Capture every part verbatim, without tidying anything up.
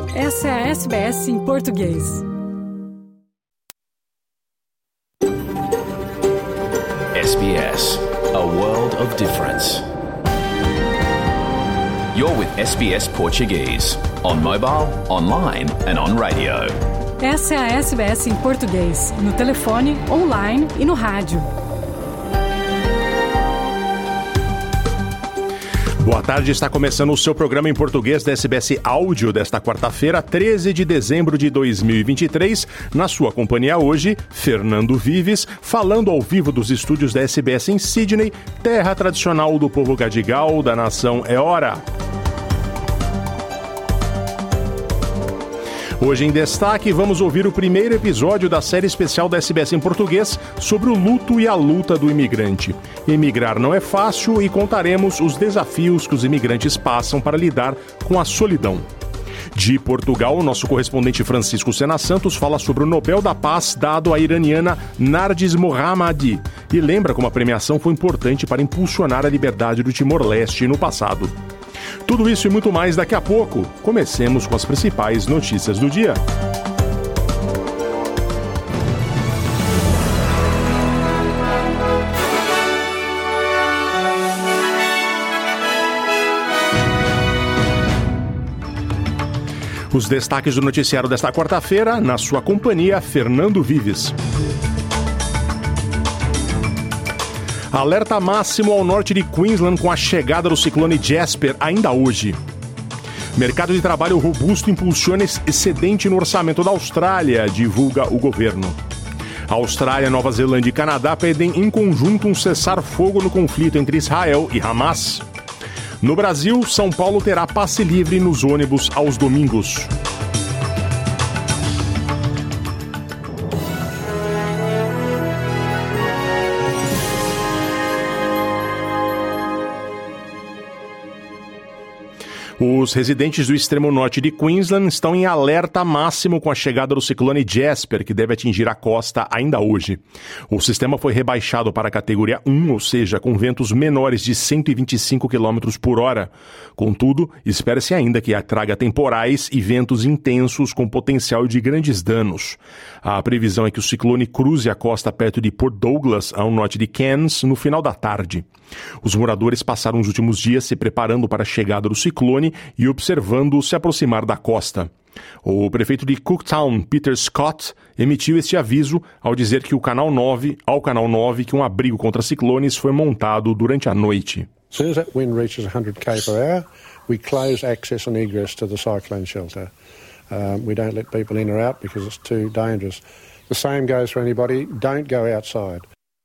Essa é a S B S em português. S B S, a world of difference. You're with S B S Portuguese, on mobile, online and on radio. Essa é a S B S em português, no telefone, online e no rádio. Boa tarde, está começando o seu programa em português da S B S Áudio desta quarta-feira, treze de dezembro de dois mil e vinte e três. Na sua companhia hoje, Fernando Vives, falando ao vivo dos estúdios da S B S em Sydney, terra tradicional do povo Gadigal da nação Eora. Hoje em destaque, vamos ouvir o primeiro episódio da série especial da S B S em português sobre o luto e a luta do imigrante. Emigrar não é fácil e contaremos os desafios que os imigrantes passam para lidar com a solidão. De Portugal, nosso correspondente Francisco Sena Santos fala sobre o Nobel da Paz dado à iraniana Narges Mohammadi e lembra como a premiação foi importante para impulsionar a liberdade do Timor-Leste no passado. Tudo isso e muito mais daqui a pouco. Comecemos com as principais notícias do dia. Os destaques do noticiário desta quarta-feira, na sua companhia, Fernando Vives. Alerta máximo ao norte de Queensland com a chegada do ciclone Jasper ainda hoje. Mercado de trabalho robusto impulsiona excedente no orçamento da Austrália, divulga o governo. A Austrália, Nova Zelândia e Canadá pedem em conjunto um cessar-fogo no conflito entre Israel e Hamas. No Brasil, São Paulo terá passe livre nos ônibus aos domingos. Os residentes do extremo norte de Queensland estão em alerta máximo com a chegada do ciclone Jasper, que deve atingir a costa ainda hoje. O sistema foi rebaixado para a categoria um, ou seja, com ventos menores de cento e vinte e cinco quilômetros por hora. Contudo, espera-se ainda que traga temporais e ventos intensos com potencial de grandes danos. A previsão é que o ciclone cruze a costa perto de Port Douglas, ao norte de Cairns, no final da tarde. Os moradores passaram os últimos dias se preparando para a chegada do ciclone e observando-o se aproximar da costa. O prefeito de Cooktown, Peter Scott, emitiu este aviso ao dizer que o Canal nove, ao Canal nove que um abrigo contra ciclones foi montado durante a noite. As soon as that wind reaches one hundred kilometers per hour, we close access and egress to the cyclone shelter. Um, we don't let people in or out because it's too dangerous. The same goes for anybody. Don't go outside.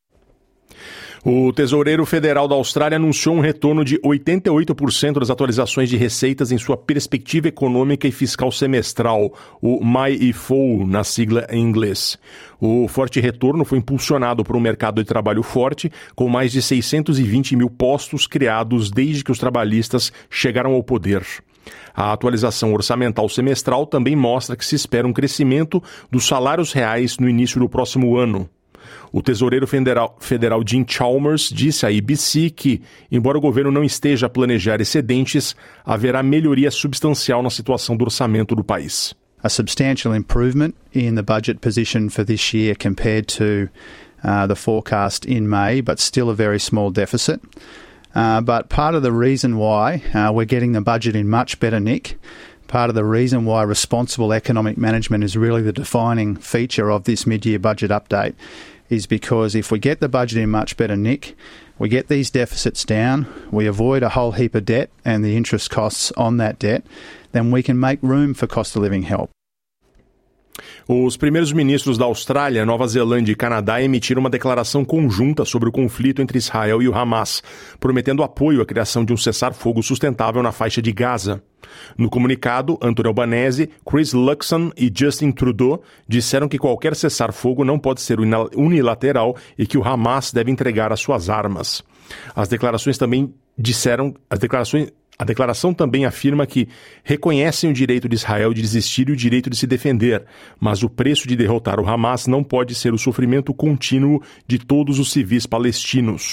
O tesoureiro federal da Austrália anunciou um retorno de oitenta e oito por cento das atualizações de receitas em sua perspectiva econômica e fiscal semestral, o M Y E F O, na sigla em inglês. O forte retorno foi impulsionado por um mercado de trabalho forte, com mais de seiscentos e vinte mil postos criados desde que os trabalhistas chegaram ao poder. A atualização orçamental semestral também mostra que se espera um crescimento dos salários reais no início do próximo ano. O tesoureiro federal, federal Jim Chalmers disse à A B C que, embora o governo não esteja a planejar excedentes, haverá melhoria substancial na situação do orçamento do país. A substantial improvement in the budget position for this year compared to uh, the forecast in May, but still a very small deficit. Uh, but part of the reason why uh, we're getting the budget in much better nick, part of the reason why responsible economic management is really the defining feature of this mid-year budget update is because if we get the budget in much better nick, we get these deficits down, we avoid a whole heap of debt and the interest costs on that debt, then we can make room for cost of living help. Os primeiros ministros da Austrália, Nova Zelândia e Canadá emitiram uma declaração conjunta sobre o conflito entre Israel e o Hamas, prometendo apoio à criação de um cessar-fogo sustentável na faixa de Gaza. No comunicado, Anthony Albanese, Chris Luxon e Justin Trudeau disseram que qualquer cessar-fogo não pode ser unilateral e que o Hamas deve entregar as suas armas. As declarações também disseram... As declarações... A declaração também afirma que reconhecem o direito de Israel de desistir e o direito de se defender, mas o preço de derrotar o Hamas não pode ser o sofrimento contínuo de todos os civis palestinos.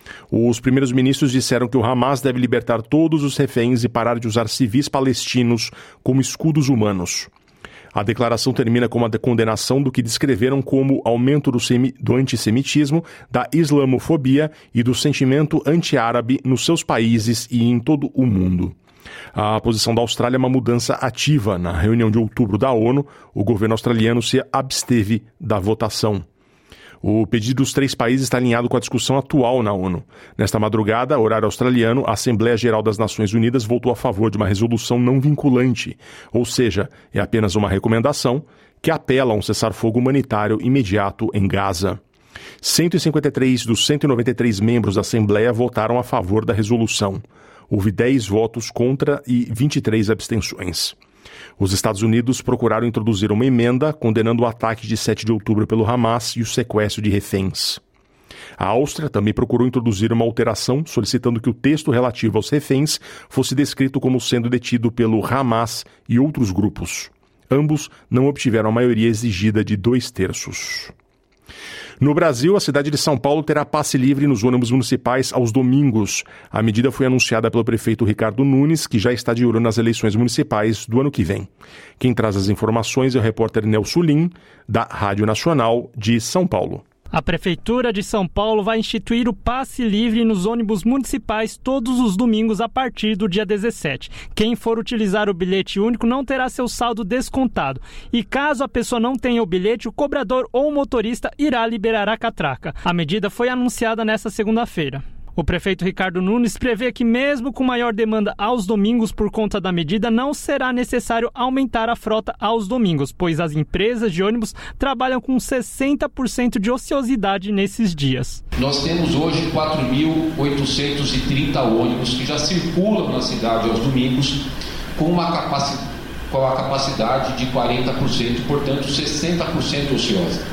Os primeiros ministros disseram que o Hamas deve libertar todos os reféns e parar de usar civis palestinos como escudos humanos. A declaração termina com uma condenação do que descreveram como aumento do, semi, do antissemitismo, da islamofobia e do sentimento anti-árabe nos seus países e em todo o mundo. A posição da Austrália é uma mudança ativa. Na reunião de outubro da ONU, o governo australiano se absteve da votação. O pedido dos três países está alinhado com a discussão atual na ONU. Nesta madrugada, horário australiano, a Assembleia Geral das Nações Unidas votou a favor de uma resolução não vinculante, ou seja, é apenas uma recomendação que apela a um cessar-fogo humanitário imediato em Gaza. cento e cinquenta e três dos cento e noventa e três membros da Assembleia votaram a favor da resolução. Houve dez votos contra e vinte e três abstenções. Os Estados Unidos procuraram introduzir uma emenda condenando o ataque de sete de outubro pelo Hamas e o sequestro de reféns. A Áustria também procurou introduzir uma alteração solicitando que o texto relativo aos reféns fosse descrito como sendo detido pelo Hamas e outros grupos. Ambos não obtiveram a maioria exigida de dois terços. No Brasil, a cidade de São Paulo terá passe livre nos ônibus municipais aos domingos. A medida foi anunciada pelo prefeito Ricardo Nunes, que já está de olho nas eleições municipais do ano que vem. Quem traz as informações é o repórter Nelson Lim, da Rádio Nacional de São Paulo. A Prefeitura de São Paulo vai instituir o passe livre nos ônibus municipais todos os domingos a partir do dia dezessete. Quem for utilizar o bilhete único não terá seu saldo descontado. E caso a pessoa não tenha o bilhete, o cobrador ou o motorista irá liberar a catraca. A medida foi anunciada nesta segunda-feira. O prefeito Ricardo Nunes prevê que mesmo com maior demanda aos domingos por conta da medida, não será necessário aumentar a frota aos domingos, pois as empresas de ônibus trabalham com sessenta por cento de ociosidade nesses dias. Nós temos hoje quatro mil oitocentos e trinta ônibus que já circulam na cidade aos domingos com uma capacidade, com a capacidade de quarenta por cento, portanto sessenta por cento ociosa.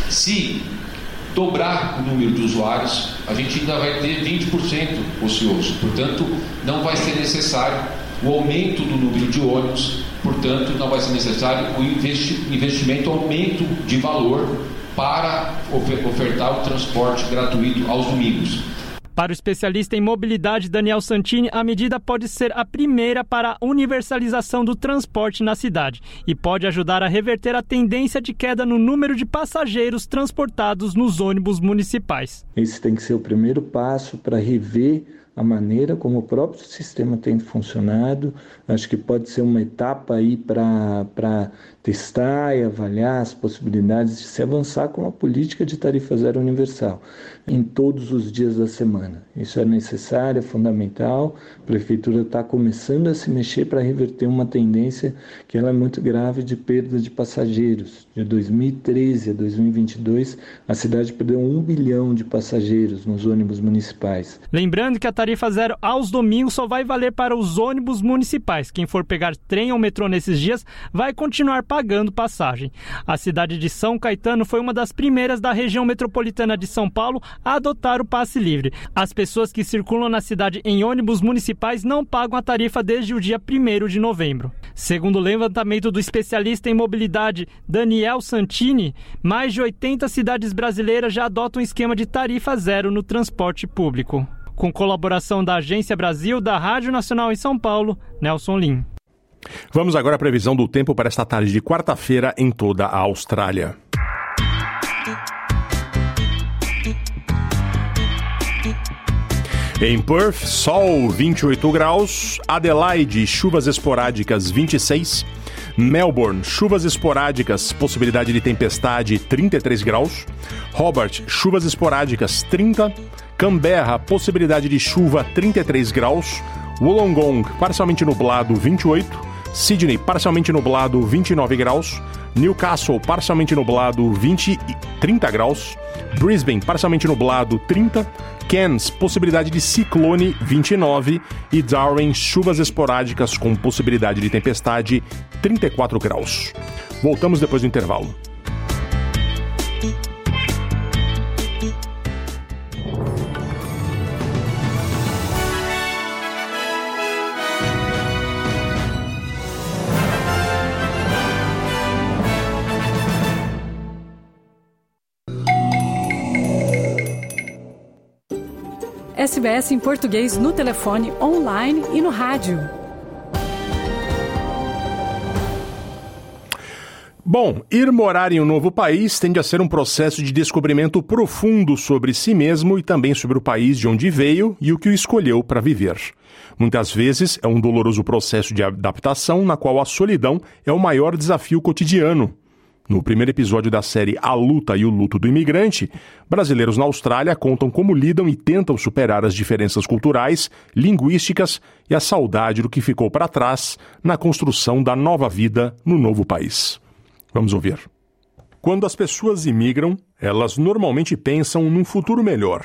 Se dobrar o número de usuários, a gente ainda vai ter vinte por cento ocioso. Portanto, não vai ser necessário o aumento do número de ônibus, portanto, não vai ser necessário o investimento, aumento de valor para ofertar o transporte gratuito aos domingos. Para o especialista em mobilidade Daniel Santini, a medida pode ser a primeira para a universalização do transporte na cidade e pode ajudar a reverter a tendência de queda no número de passageiros transportados nos ônibus municipais. Esse tem que ser o primeiro passo para rever a maneira como o próprio sistema tem funcionado. Acho que pode ser uma etapa aí para testar e avaliar as possibilidades de se avançar com a política de tarifa zero universal em todos os dias da semana. Isso é necessário, é fundamental. A Prefeitura está começando a se mexer para reverter uma tendência que ela é muito grave de perda de passageiros. De dois mil e treze a dois mil e vinte e dois, a cidade perdeu um bilhão de passageiros nos ônibus municipais. Lembrando que a tarifa zero aos domingos só vai valer para os ônibus municipais. Quem for pegar trem ou metrô nesses dias vai continuar pagando passagem. A cidade de São Caetano foi uma das primeiras da região metropolitana de São Paulo a adotar o passe livre. As pessoas que circulam na cidade em ônibus municipais não pagam a tarifa desde o dia primeiro de novembro. Segundo o levantamento do especialista em mobilidade Daniel Santini, mais de oitenta cidades brasileiras já adotam um esquema de tarifa zero no transporte público. Com colaboração da Agência Brasil, da Rádio Nacional em São Paulo, Nelson Lim. Vamos agora à previsão do tempo para esta tarde de quarta-feira em toda a Austrália. Em Perth, sol vinte e oito graus, Adelaide, chuvas esporádicas vinte e seis, Melbourne, chuvas esporádicas, possibilidade de tempestade trinta e três graus, Hobart, chuvas esporádicas trinta, Canberra, possibilidade de chuva trinta e três graus, Wollongong, parcialmente nublado vinte e oito, Sydney, parcialmente nublado vinte e nove graus, Newcastle, parcialmente nublado vinte, trinta graus, Brisbane, parcialmente nublado trinta, Cairns, possibilidade de ciclone vinte e nove e Darwin, chuvas esporádicas com possibilidade de tempestade trinta e quatro graus. Voltamos depois do intervalo. S B S em português no telefone, online e no rádio. Bom, ir morar em um novo país tende a ser um processo de descobrimento profundo sobre si mesmo e também sobre o país de onde veio e o que o escolheu para viver. Muitas vezes é um doloroso processo de adaptação na qual a solidão é o maior desafio cotidiano. No primeiro episódio da série A Luta e o Luto do Imigrante, brasileiros na Austrália contam como lidam e tentam superar as diferenças culturais, linguísticas e a saudade do que ficou para trás na construção da nova vida no novo país. Vamos ouvir. Quando as pessoas imigram, elas normalmente pensam num futuro melhor.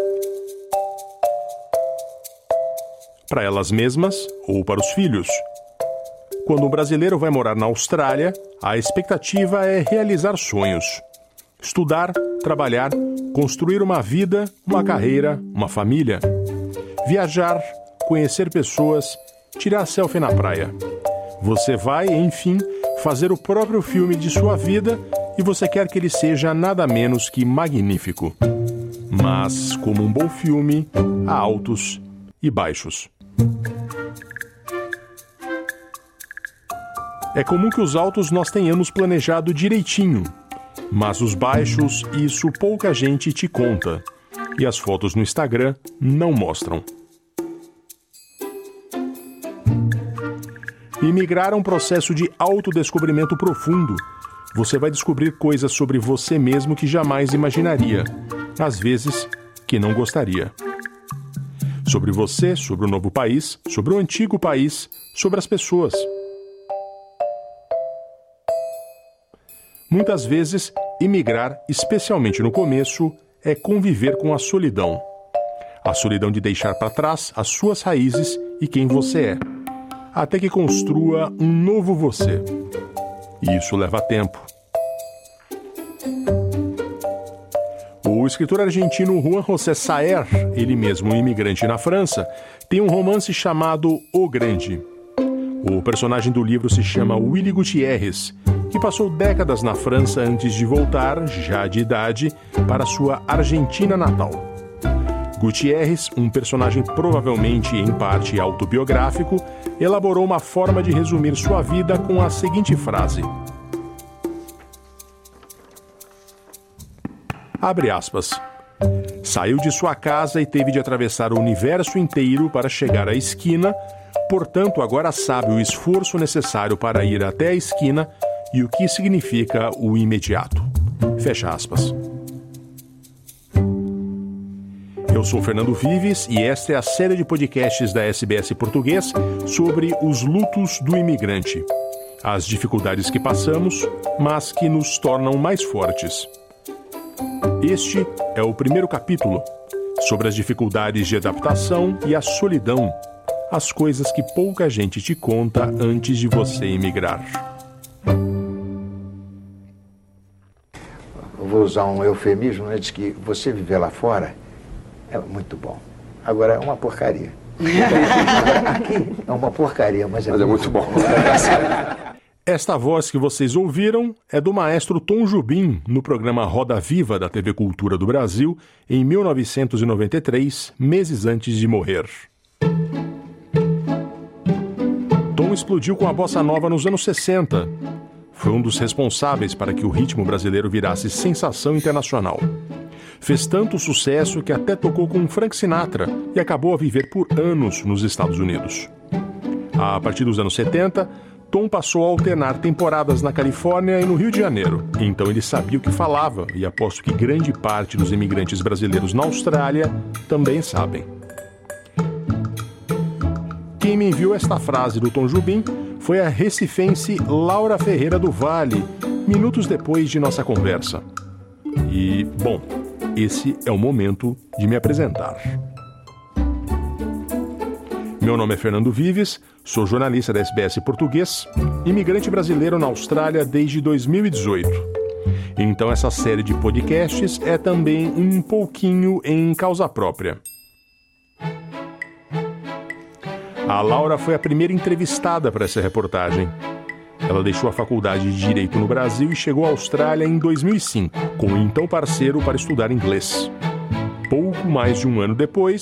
Para elas mesmas ou para os filhos. Quando um brasileiro vai morar na Austrália, a expectativa é realizar sonhos. Estudar, trabalhar, construir uma vida, uma carreira, uma família. Viajar, conhecer pessoas, tirar selfie na praia. Você vai, enfim, fazer o próprio filme de sua vida e você quer que ele seja nada menos que magnífico. Mas, como um bom filme, há altos e baixos. É comum que os altos nós tenhamos planejado direitinho, mas os baixos, isso pouca gente te conta, e as fotos no Instagram não mostram. Imigrar é um processo de autodescobrimento profundo. Você vai descobrir coisas sobre você mesmo que jamais imaginaria, às vezes que não gostaria. Sobre você, sobre o novo país, sobre o antigo país, sobre as pessoas. Muitas vezes, imigrar, especialmente no começo, é conviver com a solidão. A solidão de deixar para trás as suas raízes e quem você é, até que construa um novo você. E isso leva tempo. O escritor argentino Juan José Saer, ele mesmo um imigrante na França, tem um romance chamado O Grande. O personagem do livro se chama Willy Gutiérrez, que passou décadas na França antes de voltar, já de idade, para sua Argentina natal. Gutiérrez, um personagem provavelmente em parte autobiográfico, elaborou uma forma de resumir sua vida com a seguinte frase. Abre aspas. Saiu de sua casa e teve de atravessar o universo inteiro para chegar à esquina, portanto agora sabe o esforço necessário para ir até a esquina e o que significa o imediato. Fecha aspas. Eu sou Fernando Vives e esta é a série de podcasts da S B S Português sobre os lutos do imigrante. As dificuldades que passamos, mas que nos tornam mais fortes. Este é o primeiro capítulo, sobre as dificuldades de adaptação e a solidão, as coisas que pouca gente te conta antes de você imigrar. Eu vou usar um eufemismo, né, de que você viver lá fora é muito bom. Agora é uma porcaria. Aqui é uma porcaria, mas é, mas muito, é muito bom. Esta voz que vocês ouviram é do maestro Tom Jobim, no programa Roda Viva da T V Cultura do Brasil, em mil novecentos e noventa e três, meses antes de morrer. Tom explodiu com a bossa nova nos anos sessenta. Foi um dos responsáveis para que o ritmo brasileiro virasse sensação internacional. Fez tanto sucesso que até tocou com Frank Sinatra e acabou a viver por anos nos Estados Unidos. A partir dos anos setenta, Tom passou a alternar temporadas na Califórnia e no Rio de Janeiro. Então ele sabia o que falava e aposto que grande parte dos imigrantes brasileiros na Austrália também sabem. Quem me enviou esta frase do Tom Jobim foi a recifense Laura Ferreira do Vale, minutos depois de nossa conversa. E, bom, esse é o momento de me apresentar. Meu nome é Fernando Vives, sou jornalista da S B S Português, imigrante brasileiro na Austrália desde dois mil e dezoito. Então essa série de podcasts é também um pouquinho em causa própria. A Laura foi a primeira entrevistada para essa reportagem. Ela deixou a faculdade de Direito no Brasil e chegou à Austrália em dois mil e cinco, com o então parceiro para estudar inglês. Pouco mais de um ano depois,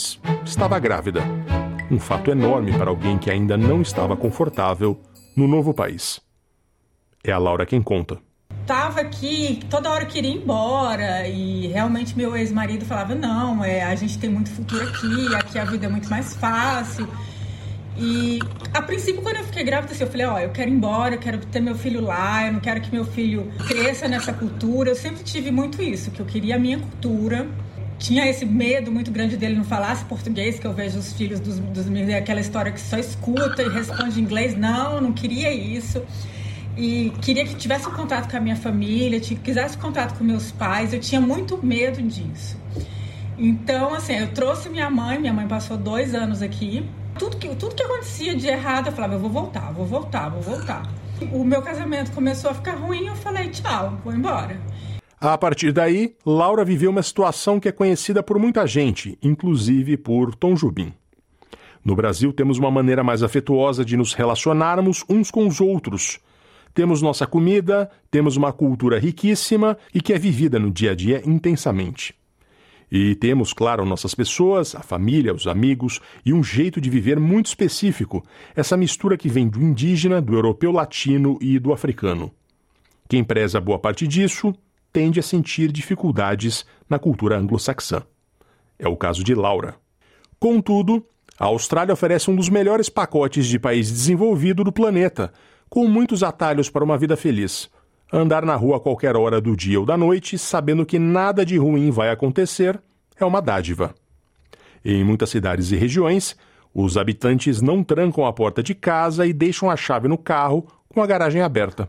estava grávida. Um fato enorme para alguém que ainda não estava confortável no novo país. É a Laura quem conta. Tava aqui, toda hora eu queria ir embora e realmente meu ex-marido falava, não, é, a gente tem muito futuro aqui, aqui a vida é muito mais fácil. E a princípio, quando eu fiquei grávida, assim, eu falei, ó, eu quero ir embora, eu quero ter meu filho lá, eu não quero que meu filho cresça nessa cultura. Eu sempre tive muito isso, que eu queria a minha cultura. Tinha esse medo muito grande dele não falasse português, que eu vejo os filhos dos, dos meus, aquela história que só escuta e responde em inglês. Não, eu não queria isso. E queria que tivesse um contato com a minha família, que quisesse contato com meus pais. Eu tinha muito medo disso. Então, assim, eu trouxe minha mãe, minha mãe passou dois anos aqui. Tudo que, tudo que acontecia de errado, eu falava, eu vou voltar, vou voltar, vou voltar. O meu casamento começou a ficar ruim, eu falei, tchau, vou embora. A partir daí, Laura viveu uma situação que é conhecida por muita gente, inclusive por Tom Jobim. No Brasil, temos uma maneira mais afetuosa de nos relacionarmos uns com os outros. Temos nossa comida, temos uma cultura riquíssima e que é vivida no dia a dia intensamente. E temos, claro, nossas pessoas, a família, os amigos e um jeito de viver muito específico, essa mistura que vem do indígena, do europeu latino e do africano. Quem preza boa parte disso tende a sentir dificuldades na cultura anglo-saxã. É o caso de Laura. Contudo, a Austrália oferece um dos melhores pacotes de país desenvolvido do planeta, com muitos atalhos para uma vida feliz. Andar na rua a qualquer hora do dia ou da noite, sabendo que nada de ruim vai acontecer, é uma dádiva. Em muitas cidades e regiões, os habitantes não trancam a porta de casa e deixam a chave no carro com a garagem aberta.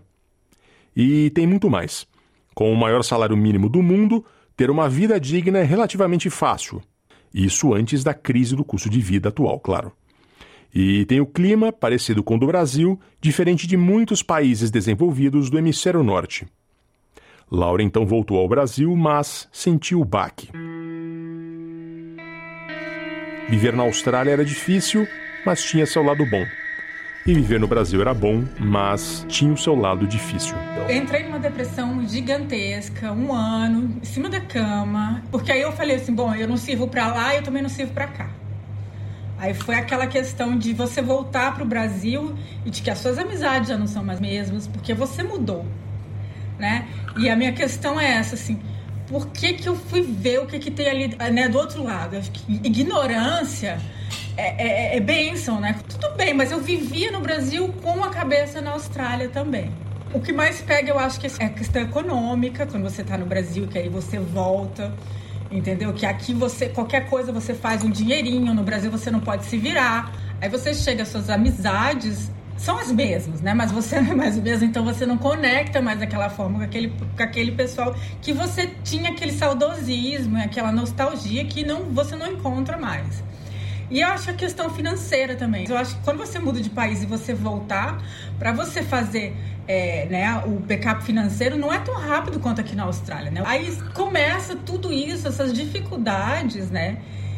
E tem muito mais. Com o maior salário mínimo do mundo, ter uma vida digna é relativamente fácil. Isso antes da crise do custo de vida atual, claro. E tem o clima, parecido com o do Brasil, diferente de muitos países desenvolvidos do hemisfério norte. Laura então voltou ao Brasil, mas sentiu o baque. Viver na Austrália era difícil, mas tinha seu lado bom. E viver no Brasil era bom, mas tinha o seu lado difícil. Eu entrei numa depressão gigantesca, um ano, em cima da cama, porque aí eu falei assim, bom, eu não sirvo pra lá e eu também não sirvo pra cá. Aí foi aquela questão de você voltar para o Brasil e de que as suas amizades já não são mais mesmas, porque você mudou, né? E a minha questão é essa, assim, por que que eu fui ver o que que tem ali, né, do outro lado? Acho que ignorância é, é, é bênção, né? Tudo bem, mas eu vivia no Brasil com a cabeça na Austrália também. O que mais pega, eu acho que é a questão econômica, quando você está no Brasil, que aí você volta... Entendeu? Que aqui você, qualquer coisa você faz um dinheirinho, no Brasil você não pode se virar. Aí você chega, as suas amizades são as mesmas, né? Mas você não é mais mesmo, então você não conecta mais daquela forma com aquele, com aquele pessoal que você tinha aquele saudosismo, aquela nostalgia que não, você não encontra mais. E eu acho a questão financeira também. Eu acho que quando você muda de país e você voltar, para você fazer é, né, o backup financeiro, não é tão rápido quanto aqui na Austrália, né? Aí começa tudo isso, essas dificuldades, né?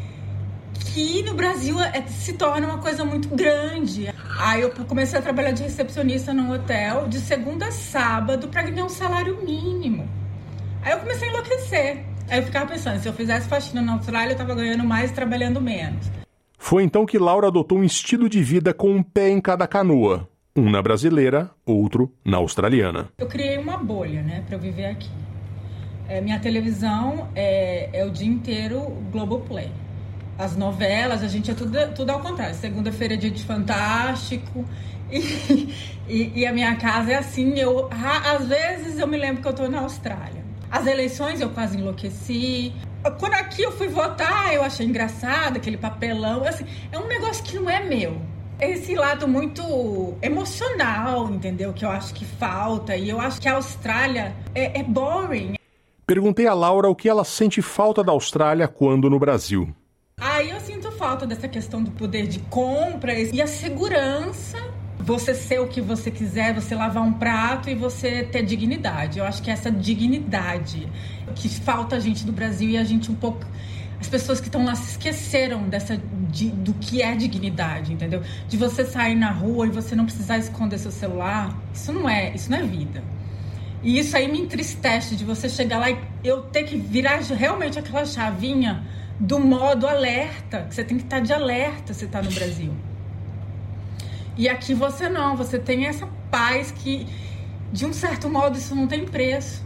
Que no Brasil é, se torna uma coisa muito grande. Aí eu comecei a trabalhar de recepcionista num hotel de segunda a sábado para ganhar um salário mínimo. Aí eu comecei a enlouquecer. Aí eu ficava pensando, se eu fizesse faxina na Austrália, eu estava ganhando mais e trabalhando menos. Foi então que Laura adotou um estilo de vida com um pé em cada canoa. Um na brasileira, outro na australiana. Eu criei uma bolha, né, para eu viver aqui. É, minha televisão é, é o dia inteiro Globoplay. As novelas, a gente é tudo, tudo ao contrário. Segunda-feira é dia de Fantástico. E, e, e a minha casa é assim. Eu, às vezes eu me lembro que eu tô na Austrália. As eleições eu quase enlouqueci. Quando aqui eu fui votar, eu achei engraçado aquele papelão. Assim, é um negócio que não é meu. Esse lado muito emocional, entendeu? Que eu acho que falta. E eu acho que a Austrália é, é boring. Perguntei a Laura o que ela sente falta da Austrália quando no Brasil. Aí eu sinto falta dessa questão do poder de compra e a segurança. Você ser o que você quiser, você lavar um prato e você ter dignidade. Eu acho que é essa dignidade que falta a gente do Brasil e a gente um pouco... As pessoas que estão lá se esqueceram dessa, de, do que é dignidade, entendeu? De você sair na rua e você não precisar esconder seu celular. Isso não é, isso não é vida. E isso aí me entristece de você chegar lá e eu ter que virar realmente aquela chavinha do modo alerta, que você tem que estar de alerta se está no Brasil. E aqui você não, você tem essa paz que, de um certo modo, isso não tem preço.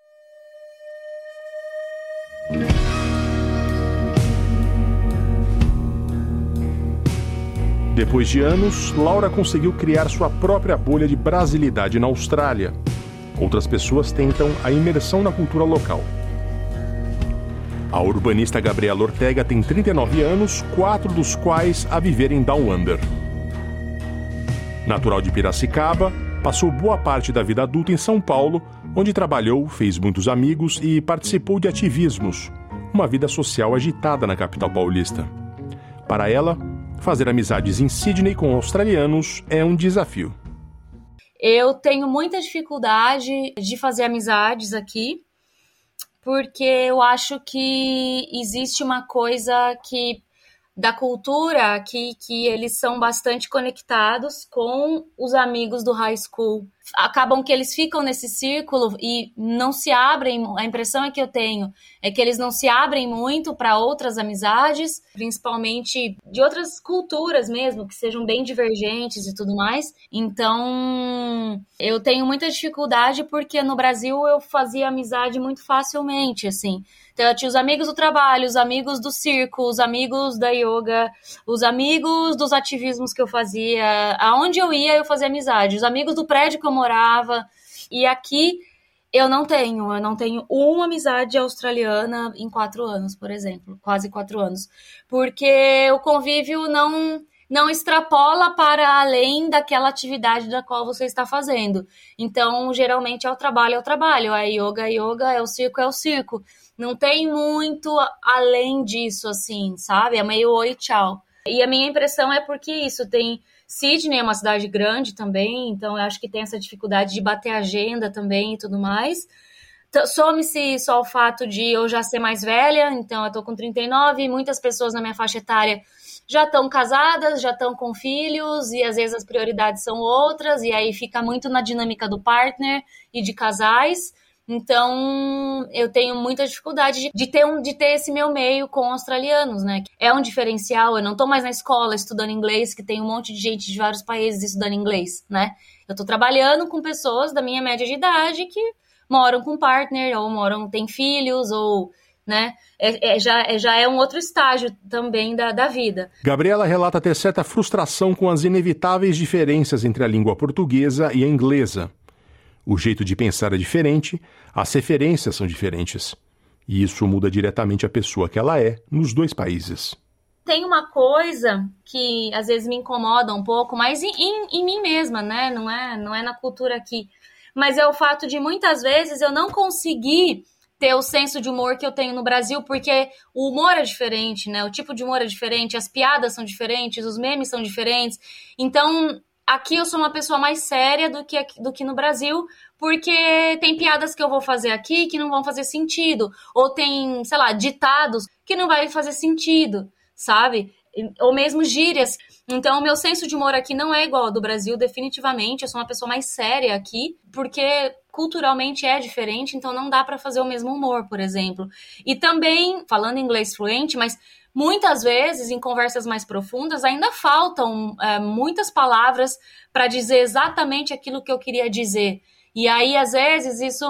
Depois de anos, Laura conseguiu criar sua própria bolha de brasilidade na Austrália. Outras pessoas tentam a imersão na cultura local. A urbanista Gabriela Ortega tem trinta e nove anos, quatro dos quais a viver em Down Under. Natural de Piracicaba, passou boa parte da vida adulta em São Paulo, onde trabalhou, fez muitos amigos e participou de ativismos. Uma vida social agitada na capital paulista. Para ela, fazer amizades em Sydney com australianos é um desafio. Eu tenho muita dificuldade de fazer amizades aqui, porque eu acho que existe uma coisa que da cultura aqui, que eles são bastante conectados com os amigos do high school. Acabam que eles ficam nesse círculo e não se abrem, a impressão é que eu tenho, é que eles não se abrem muito para outras amizades, principalmente de outras culturas mesmo, que sejam bem divergentes e tudo mais. Então, eu tenho muita dificuldade porque no Brasil eu fazia amizade muito facilmente, assim. Então, eu tinha os amigos do trabalho, os amigos do circo, os amigos da yoga, os amigos dos ativismos que eu fazia. Aonde eu ia, eu fazia amizade. Os amigos do prédio que eu morava. E aqui, eu não tenho. Eu não tenho uma amizade australiana em quatro anos, por exemplo. Quase quatro anos. Porque o convívio não... não extrapola para além daquela atividade da qual você está fazendo. Então, geralmente, é o trabalho, é o trabalho. É yoga, é yoga, é o circo, é o circo. Não tem muito além disso, assim, sabe? É meio oi, tchau. E a minha impressão é porque isso tem... Sydney é uma cidade grande também, então eu acho que tem essa dificuldade de bater agenda também e tudo mais. Some-se só o fato de eu já ser mais velha, então eu tô com trinta e nove, e muitas pessoas na minha faixa etária já estão casadas, já estão com filhos, e às vezes as prioridades são outras, e aí fica muito na dinâmica do partner e de casais. Então, eu tenho muita dificuldade de, de, ter um, de ter esse meu meio com australianos, né? É um diferencial, eu não tô mais na escola estudando inglês, que tem um monte de gente de vários países estudando inglês, né? Eu tô trabalhando com pessoas da minha média de idade que moram com partner, ou moram, têm filhos, ou... né? É, é, já, é, já é um outro estágio também da, da vida. Gabriela relata ter certa frustração com as inevitáveis diferenças entre a língua portuguesa e a inglesa. O jeito de pensar é diferente, as referências são diferentes. E isso muda diretamente a pessoa que ela é nos dois países. Tem uma coisa que às vezes me incomoda um pouco, mas em, em, em mim mesma, né? Não é, não é na cultura aqui. Mas é o fato de muitas vezes eu não conseguir ter o senso de humor que eu tenho no Brasil, porque o humor é diferente, né? O tipo de humor é diferente, as piadas são diferentes, os memes são diferentes. Então, aqui eu sou uma pessoa mais séria do que, do que no Brasil, porque tem piadas que eu vou fazer aqui que não vão fazer sentido. Ou tem, sei lá, ditados que não vai fazer sentido, sabe? Ou mesmo gírias. Então, o meu senso de humor aqui não é igual ao do Brasil, definitivamente. Eu sou uma pessoa mais séria aqui, porque culturalmente é diferente, então não dá para fazer o mesmo humor, por exemplo. E também, falando inglês fluente, mas muitas vezes, em conversas mais profundas, ainda faltam é, muitas palavras para dizer exatamente aquilo que eu queria dizer. E aí, às vezes, isso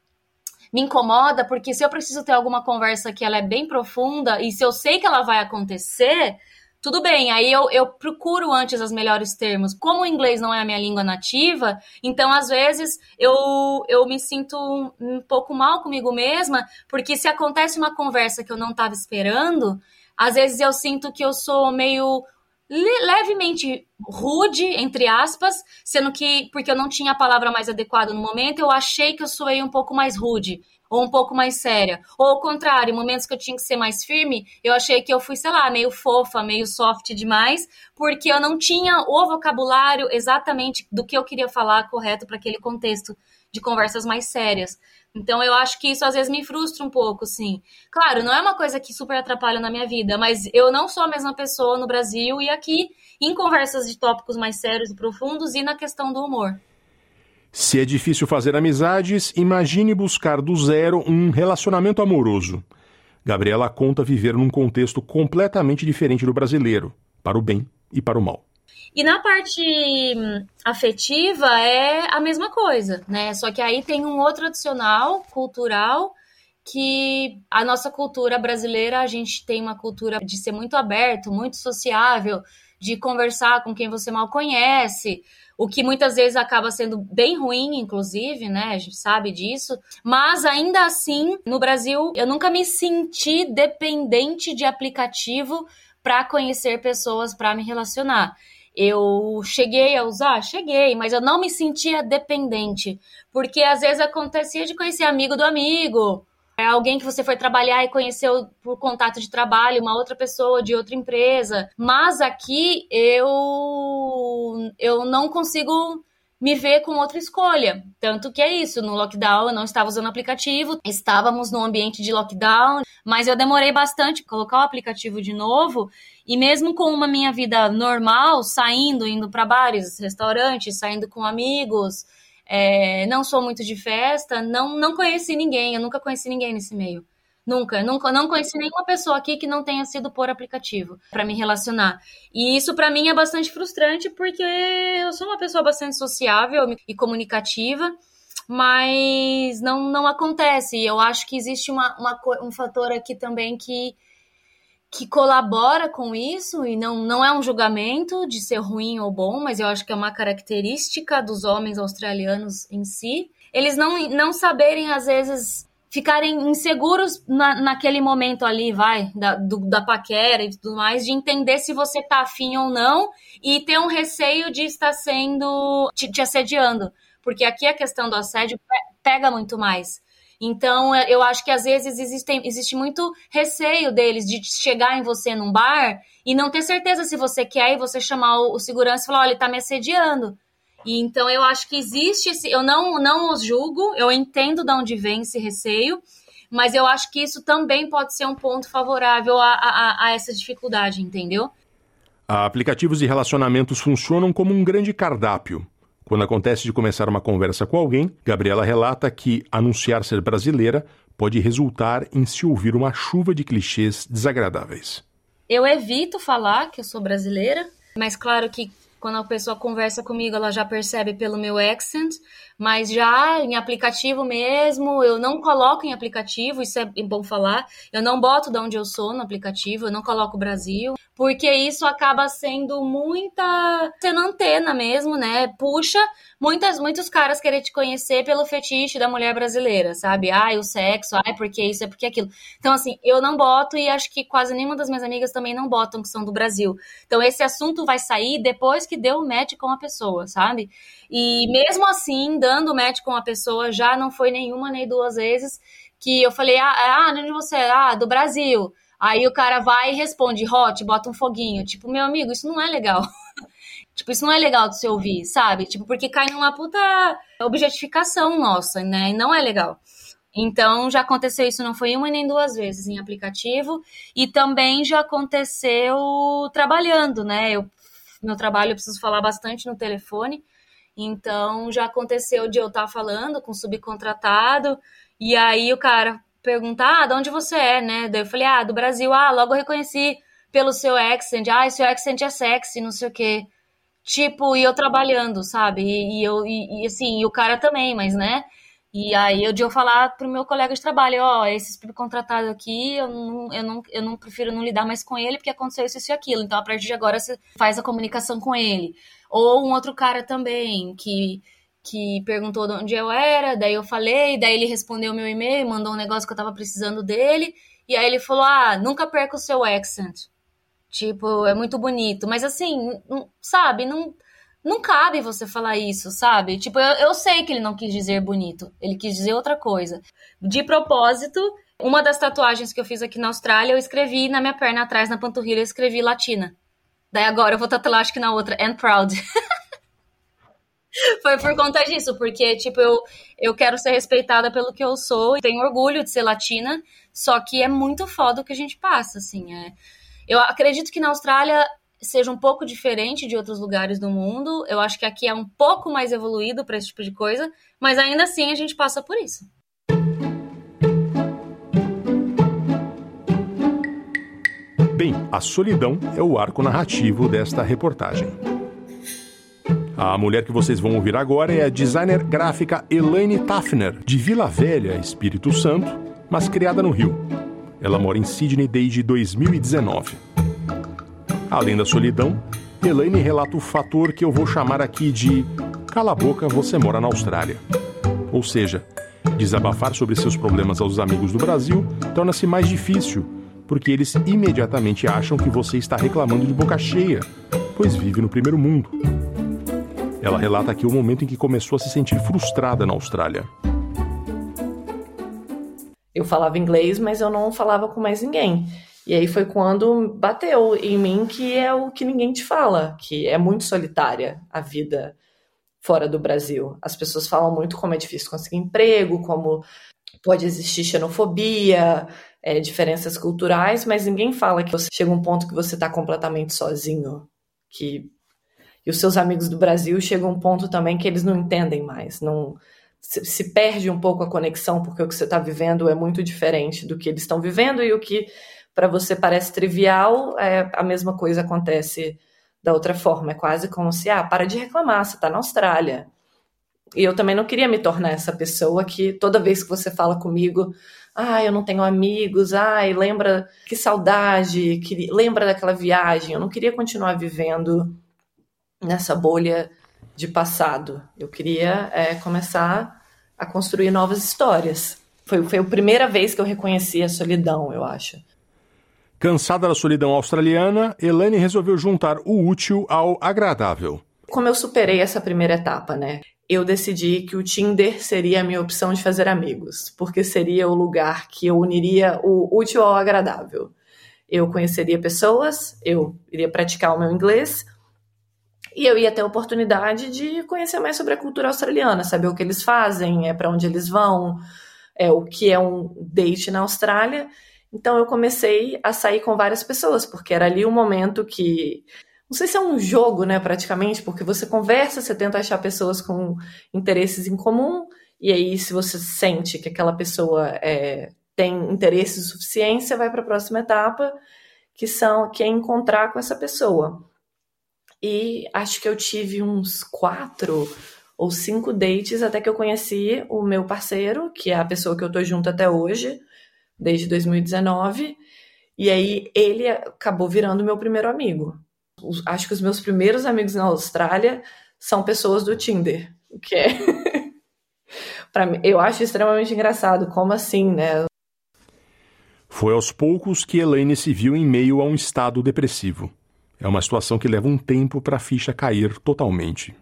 me incomoda, porque se eu preciso ter alguma conversa que ela é bem profunda, e se eu sei que ela vai acontecer... Tudo bem, aí eu, eu procuro antes os melhores termos. Como o inglês não é a minha língua nativa, então às vezes eu, eu me sinto um, um pouco mal comigo mesma, porque se acontece uma conversa que eu não estava esperando, às vezes eu sinto que eu sou meio le- levemente rude, entre aspas, sendo que, porque eu não tinha a palavra mais adequada no momento, eu achei que eu soei um pouco mais rude. Ou um pouco mais séria. Ou ao contrário, em momentos que eu tinha que ser mais firme, eu achei que eu fui, sei lá, meio fofa, meio soft demais, porque eu não tinha o vocabulário exatamente do que eu queria falar correto para aquele contexto de conversas mais sérias. Então eu acho que isso às vezes me frustra um pouco, sim. Claro, não é uma coisa que super atrapalha na minha vida, mas eu não sou a mesma pessoa no Brasil e aqui, em conversas de tópicos mais sérios e profundos e na questão do humor. Se é difícil fazer amizades, imagine buscar do zero um relacionamento amoroso. Gabriela conta viver num contexto completamente diferente do brasileiro, para o bem e para o mal. E na parte afetiva é a mesma coisa, né? Só que aí tem um outro adicional cultural, que a nossa cultura brasileira, a gente tem uma cultura de ser muito aberto, muito sociável, de conversar com quem você mal conhece, o que muitas vezes acaba sendo bem ruim, inclusive, né? A gente sabe disso. Mas, ainda assim, no Brasil, eu nunca me senti dependente de aplicativo para conhecer pessoas, para me relacionar. Eu cheguei a usar? Cheguei, mas eu não me sentia dependente, porque às vezes acontecia de conhecer amigo do amigo, é alguém que você foi trabalhar e conheceu por contato de trabalho, uma outra pessoa de outra empresa. Mas aqui eu, eu não consigo me ver com outra escolha. Tanto que é isso, no lockdown eu não estava usando o aplicativo, estávamos num ambiente de lockdown, mas eu demorei bastante para colocar o aplicativo de novo. E mesmo com uma minha vida normal, saindo, indo para bares, restaurantes, saindo com amigos... É, não sou muito de festa, não, não conheci ninguém, eu nunca conheci ninguém nesse meio. Nunca, nunca, não conheci nenhuma pessoa aqui que não tenha sido por aplicativo para me relacionar. E isso para mim é bastante frustrante, porque eu sou uma pessoa bastante sociável e comunicativa, mas não, não acontece. E eu acho que existe uma, uma, um fator aqui também que que colabora com isso, e não, não é um julgamento de ser ruim ou bom, mas eu acho que é uma característica dos homens australianos em si. Eles não, não saberem, às vezes, ficarem inseguros na, naquele momento ali, vai, da, do, da paquera e tudo mais, de entender se você tá afim ou não, e ter um receio de estar sendo, te, te assediando. Porque aqui a questão do assédio pega muito mais. Então, eu acho que às vezes existe, existe muito receio deles de chegar em você num bar e não ter certeza se você quer e você chamar o, o segurança e falar, olha, ele tá me assediando. E então, eu acho que existe esse... Eu não, não os julgo, eu entendo de onde vem esse receio, mas eu acho que isso também pode ser um ponto favorável a, a, a essa dificuldade, entendeu? Aplicativos de relacionamentos funcionam como um grande cardápio. Quando acontece de começar uma conversa com alguém, Gabriela relata que anunciar ser brasileira pode resultar em se ouvir uma chuva de clichês desagradáveis. Eu evito falar que eu sou brasileira, mas claro que quando a pessoa conversa comigo, ela já percebe pelo meu accent, mas já em aplicativo mesmo, eu não coloco em aplicativo, isso é bom falar, eu não boto de onde eu sou no aplicativo, eu não coloco Brasil, porque isso acaba sendo muita... sendo antena mesmo, né? Puxa muitas, muitos caras querer te conhecer pelo fetiche da mulher brasileira, sabe? Ai, o sexo, ai, porque isso, é porque aquilo. Então, assim, eu não boto e acho que quase nenhuma das minhas amigas também não botam que são do Brasil. Então, esse assunto vai sair depois que deu o match com a pessoa, sabe? E mesmo assim, dando match com a pessoa, já não foi nenhuma nem duas vezes que eu falei, ah, ah, onde você é? Ah, do Brasil. Aí o cara vai e responde hot, bota um foguinho. Tipo, meu amigo, isso não é legal. Tipo, isso não é legal de se ouvir, sabe? Tipo, porque cai numa puta objetificação nossa, né? E não é legal. Então, já aconteceu isso, não foi uma nem duas vezes em aplicativo. E também já aconteceu trabalhando, né? Eu, meu trabalho eu preciso falar bastante no telefone. Então, já aconteceu de eu estar falando com subcontratado. E aí o cara... perguntar, ah, de onde você é, né? Daí eu falei, ah, do Brasil. Ah, logo eu reconheci pelo seu accent. Ah, seu accent é sexy, não sei o quê. Tipo, e eu trabalhando, sabe? E, e eu, e, e assim, e o cara também, mas, né? E aí eu de eu falar pro meu colega de trabalho, ó, oh, esse subcontratado aqui, eu não, eu, não, eu não prefiro não lidar mais com ele porque aconteceu isso, isso e aquilo. Então, a partir de agora, você faz a comunicação com ele. Ou um outro cara também, que... que perguntou de onde eu era, daí eu falei, daí ele respondeu meu e-mail, mandou um negócio que eu tava precisando dele, e aí ele falou, ah, nunca perca o seu accent. Tipo, é muito bonito. Mas assim, não, sabe, não, não cabe você falar isso, sabe? Tipo, eu, eu sei que ele não quis dizer bonito, ele quis dizer outra coisa. De propósito, uma das tatuagens que eu fiz aqui na Austrália, eu escrevi na minha perna atrás, na panturrilha, eu escrevi latina. Daí agora eu vou tatuar, acho que na outra, and proud. Foi por conta disso, porque, tipo, eu, eu quero ser respeitada pelo que eu sou, e tenho orgulho de ser latina, só que é muito foda o que a gente passa, assim, é... Eu acredito que na Austrália seja um pouco diferente de outros lugares do mundo, eu acho que aqui é um pouco mais evoluído para esse tipo de coisa, mas ainda assim a gente passa por isso. Bem, a solidão é o arco narrativo desta reportagem. A mulher que vocês vão ouvir agora é a designer gráfica Elaine Taffner, de Vila Velha, Espírito Santo, mas criada no Rio. Ela mora em Sydney desde dois mil e dezenove. Além da solidão, Elaine relata o fator que eu vou chamar aqui de cala a boca, você mora na Austrália. Ou seja, desabafar sobre seus problemas aos amigos do Brasil torna-se mais difícil, porque eles imediatamente acham que você está reclamando de boca cheia, pois vive no primeiro mundo. Ela relata aqui o momento em que começou a se sentir frustrada na Austrália. Eu falava inglês, mas eu não falava com mais ninguém. E aí foi quando bateu em mim que é o que ninguém te fala, que é muito solitária a vida fora do Brasil. As pessoas falam muito como é difícil conseguir emprego, como pode existir xenofobia, é, diferenças culturais, mas ninguém fala que você chega a um ponto que você está completamente sozinho, que... E os seus amigos do Brasil chegam a um ponto também que eles não entendem mais. Não, se, se perde um pouco a conexão, porque o que você está vivendo é muito diferente do que eles estão vivendo, e o que para você parece trivial, é, a mesma coisa acontece da outra forma. É quase como se, ah, para de reclamar, você está na Austrália. E eu também não queria me tornar essa pessoa que toda vez que você fala comigo, ah, eu não tenho amigos, ai, lembra, que saudade, que, lembra daquela viagem. Eu não queria continuar vivendo nessa bolha de passado. Eu queria é, começar a construir novas histórias. Foi, foi a primeira vez que eu reconheci a solidão, eu acho. Cansada da solidão australiana, Elaine resolveu juntar o útil ao agradável. Como eu superei essa primeira etapa, né? Eu decidi que o Tinder seria a minha opção de fazer amigos, porque seria o lugar que eu uniria o útil ao agradável. Eu conheceria pessoas, eu iria praticar o meu inglês, e eu ia ter a oportunidade de conhecer mais sobre a cultura australiana, saber o que eles fazem, é, para onde eles vão, é, o que é um date na Austrália. Então eu comecei a sair com várias pessoas, porque era ali um momento que... Não sei se é um jogo, né, praticamente, porque você conversa, você tenta achar pessoas com interesses em comum, e aí se você sente que aquela pessoa é, tem interesse suficiente, você vai para a próxima etapa, que, são, que é encontrar com essa pessoa. E acho que eu tive uns quatro ou cinco dates até que eu conheci o meu parceiro, que é a pessoa que eu tô junto até hoje, desde dois mil e dezenove. E aí ele acabou virando meu primeiro amigo. Acho que os meus primeiros amigos na Austrália são pessoas do Tinder, o que é... pra mim, eu acho extremamente engraçado. Como assim, né? Foi aos poucos que Elaine se viu em meio a um estado depressivo. É uma situação que leva um tempo para a ficha cair totalmente.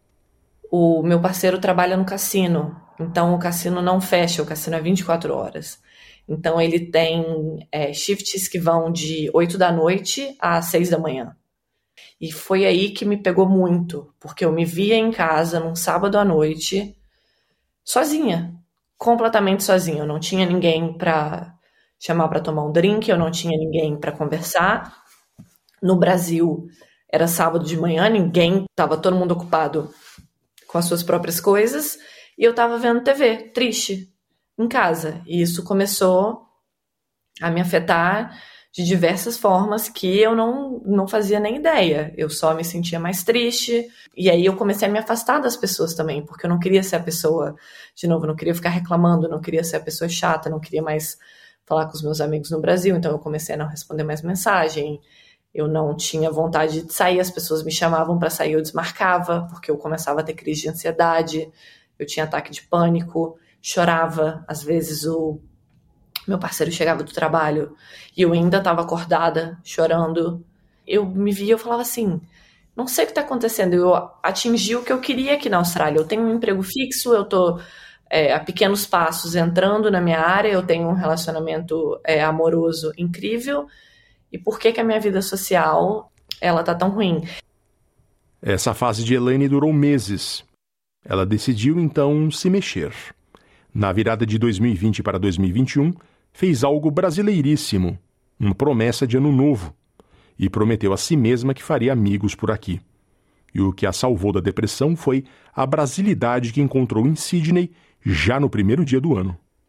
O meu parceiro trabalha no cassino, então o cassino não fecha, o cassino é vinte e quatro horas. Então ele tem é, shifts que vão de oito da noite às seis da manhã. E foi aí que me pegou muito, porque eu me via em casa num sábado à noite, sozinha, completamente sozinha. Eu não tinha ninguém para chamar para tomar um drink, eu não tinha ninguém para conversar. No Brasil, era sábado de manhã, ninguém, estava todo mundo ocupado com as suas próprias coisas, e eu estava vendo T V, triste, em casa. E isso começou a me afetar de diversas formas que eu não, não fazia nem ideia. Eu só me sentia mais triste, e aí eu comecei a me afastar das pessoas também, porque eu não queria ser a pessoa, de novo, eu não queria ficar reclamando, não queria ser a pessoa chata, não queria mais falar com os meus amigos no Brasil, então eu comecei a não responder mais mensagem. Eu não tinha vontade de sair, as pessoas me chamavam para sair, eu desmarcava, porque eu começava a ter crise de ansiedade, eu tinha ataque de pânico, chorava. Às vezes o meu parceiro chegava do trabalho e eu ainda estava acordada, chorando. Eu me via, eu falava assim, não sei o que está acontecendo, eu atingi o que eu queria aqui na Austrália. Eu tenho um emprego fixo, eu estou é, a pequenos passos entrando na minha área, eu tenho um relacionamento é, amoroso incrível. E por que que a minha vida social, ela tá tão ruim? Essa fase de Elaine durou meses. Ela decidiu, então, se mexer. Na virada de dois mil e vinte para dois mil e vinte e um, fez algo brasileiríssimo, uma promessa de ano novo, e prometeu a si mesma que faria amigos por aqui. E o que a salvou da depressão foi a brasilidade que encontrou em Sydney já no primeiro dia do ano.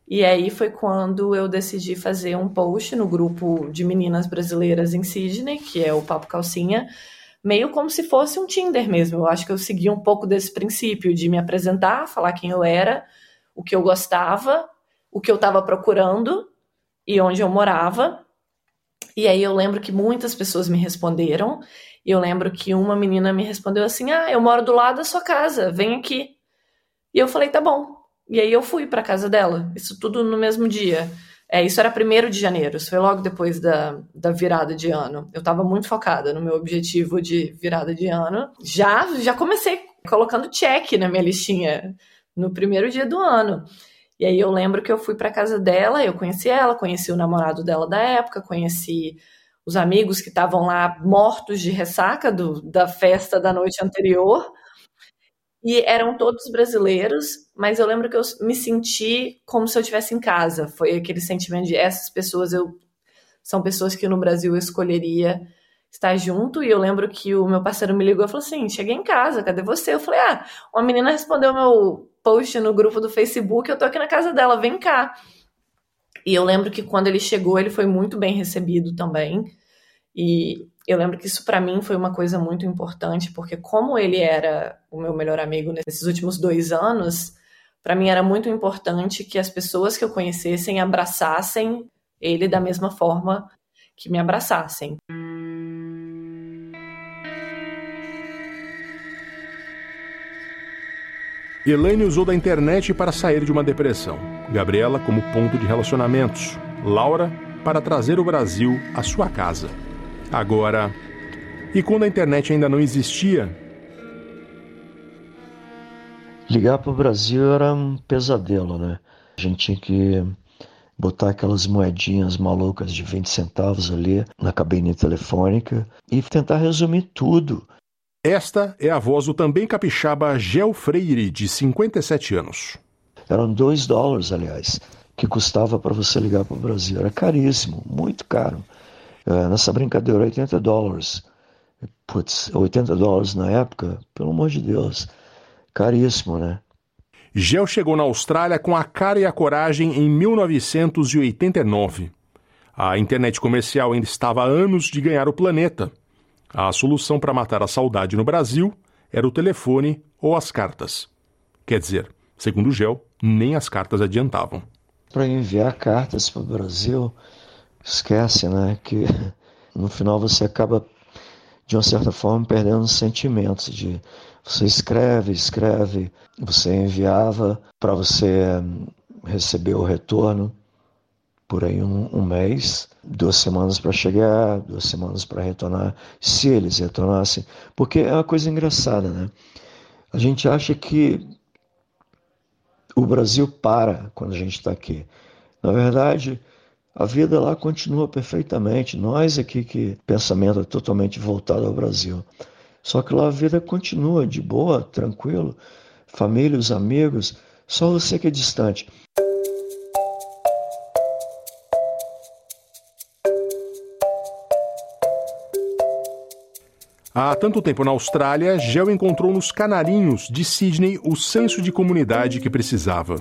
E aí foi quando eu decidi fazer um post no grupo de meninas brasileiras em Sydney, que é o Papo Calcinha, meio como se fosse um Tinder mesmo. Eu acho que eu segui um pouco desse princípio de me apresentar, falar quem eu era, o que eu gostava, o que eu estava procurando e onde eu morava. E aí eu lembro que muitas pessoas me responderam. E eu lembro que uma menina me respondeu assim, ah, eu moro do lado da sua casa, vem aqui. E eu falei, tá bom. E aí eu fui para casa dela, isso tudo no mesmo dia. É, isso era primeiro de janeiro, isso foi logo depois da, da virada de ano. Eu estava muito focada no meu objetivo de virada de ano. Já, já comecei colocando check na minha listinha no primeiro dia do ano. E aí eu lembro que eu fui para casa dela, eu conheci ela, conheci o namorado dela da época, conheci os amigos que estavam lá mortos de ressaca do, da festa da noite anterior. E eram todos brasileiros, mas eu lembro que eu me senti como se eu estivesse em casa. Foi aquele sentimento de essas pessoas, eu são pessoas que no Brasil eu escolheria estar junto. E eu lembro que o meu parceiro me ligou e falou assim, cheguei em casa, cadê você? Eu falei, ah, uma menina respondeu meu post no grupo do Facebook, eu tô aqui na casa dela, vem cá. E eu lembro que quando ele chegou, ele foi muito bem recebido também. E eu lembro que isso para mim foi uma coisa muito importante, porque como ele era o meu melhor amigo nesses últimos dois anos, para mim era muito importante que as pessoas que eu conhecessem abraçassem ele da mesma forma que me abraçassem. Elaine usou da internet para sair de uma depressão. Gabriela como ponto de relacionamentos. Laura para trazer o Brasil à sua casa. Agora, e quando a internet ainda não existia? Ligar para o Brasil era um pesadelo, né? A gente tinha que botar aquelas moedinhas malucas de vinte centavos ali na cabine telefônica e tentar resumir tudo. Esta é a voz do também capixaba Gel Freire, de cinquenta e sete anos. Eram dois dólares, aliás, que custava para você ligar para o Brasil. Era caríssimo, muito caro. Uh, nessa brincadeira, oitenta dólares. Putz, oitenta dólares na época, pelo amor de Deus, caríssimo, né? Gel chegou na Austrália com a cara e a coragem em mil novecentos e oitenta e nove. A internet comercial ainda estava há anos de ganhar o planeta. A solução para matar a saudade no Brasil era o telefone ou as cartas. Quer dizer, segundo Gel, nem as cartas adiantavam. Para enviar cartas para o Brasil, esquece, né, que no final você acaba, de uma certa forma, perdendo os sentimentos de você escreve, escreve, você enviava para você receber o retorno por aí um, um mês, duas semanas para chegar, duas semanas para retornar, se eles retornassem, porque é uma coisa engraçada, né? A gente acha que o Brasil para quando a gente está aqui. Na verdade, a vida lá continua perfeitamente. Nós aqui que pensamento é totalmente voltado ao Brasil. Só que lá a vida continua de boa, tranquilo. Família, os amigos, só você que é distante. Há tanto tempo na Austrália, Gel encontrou nos Canarinhos de Sydney o senso de comunidade que precisava.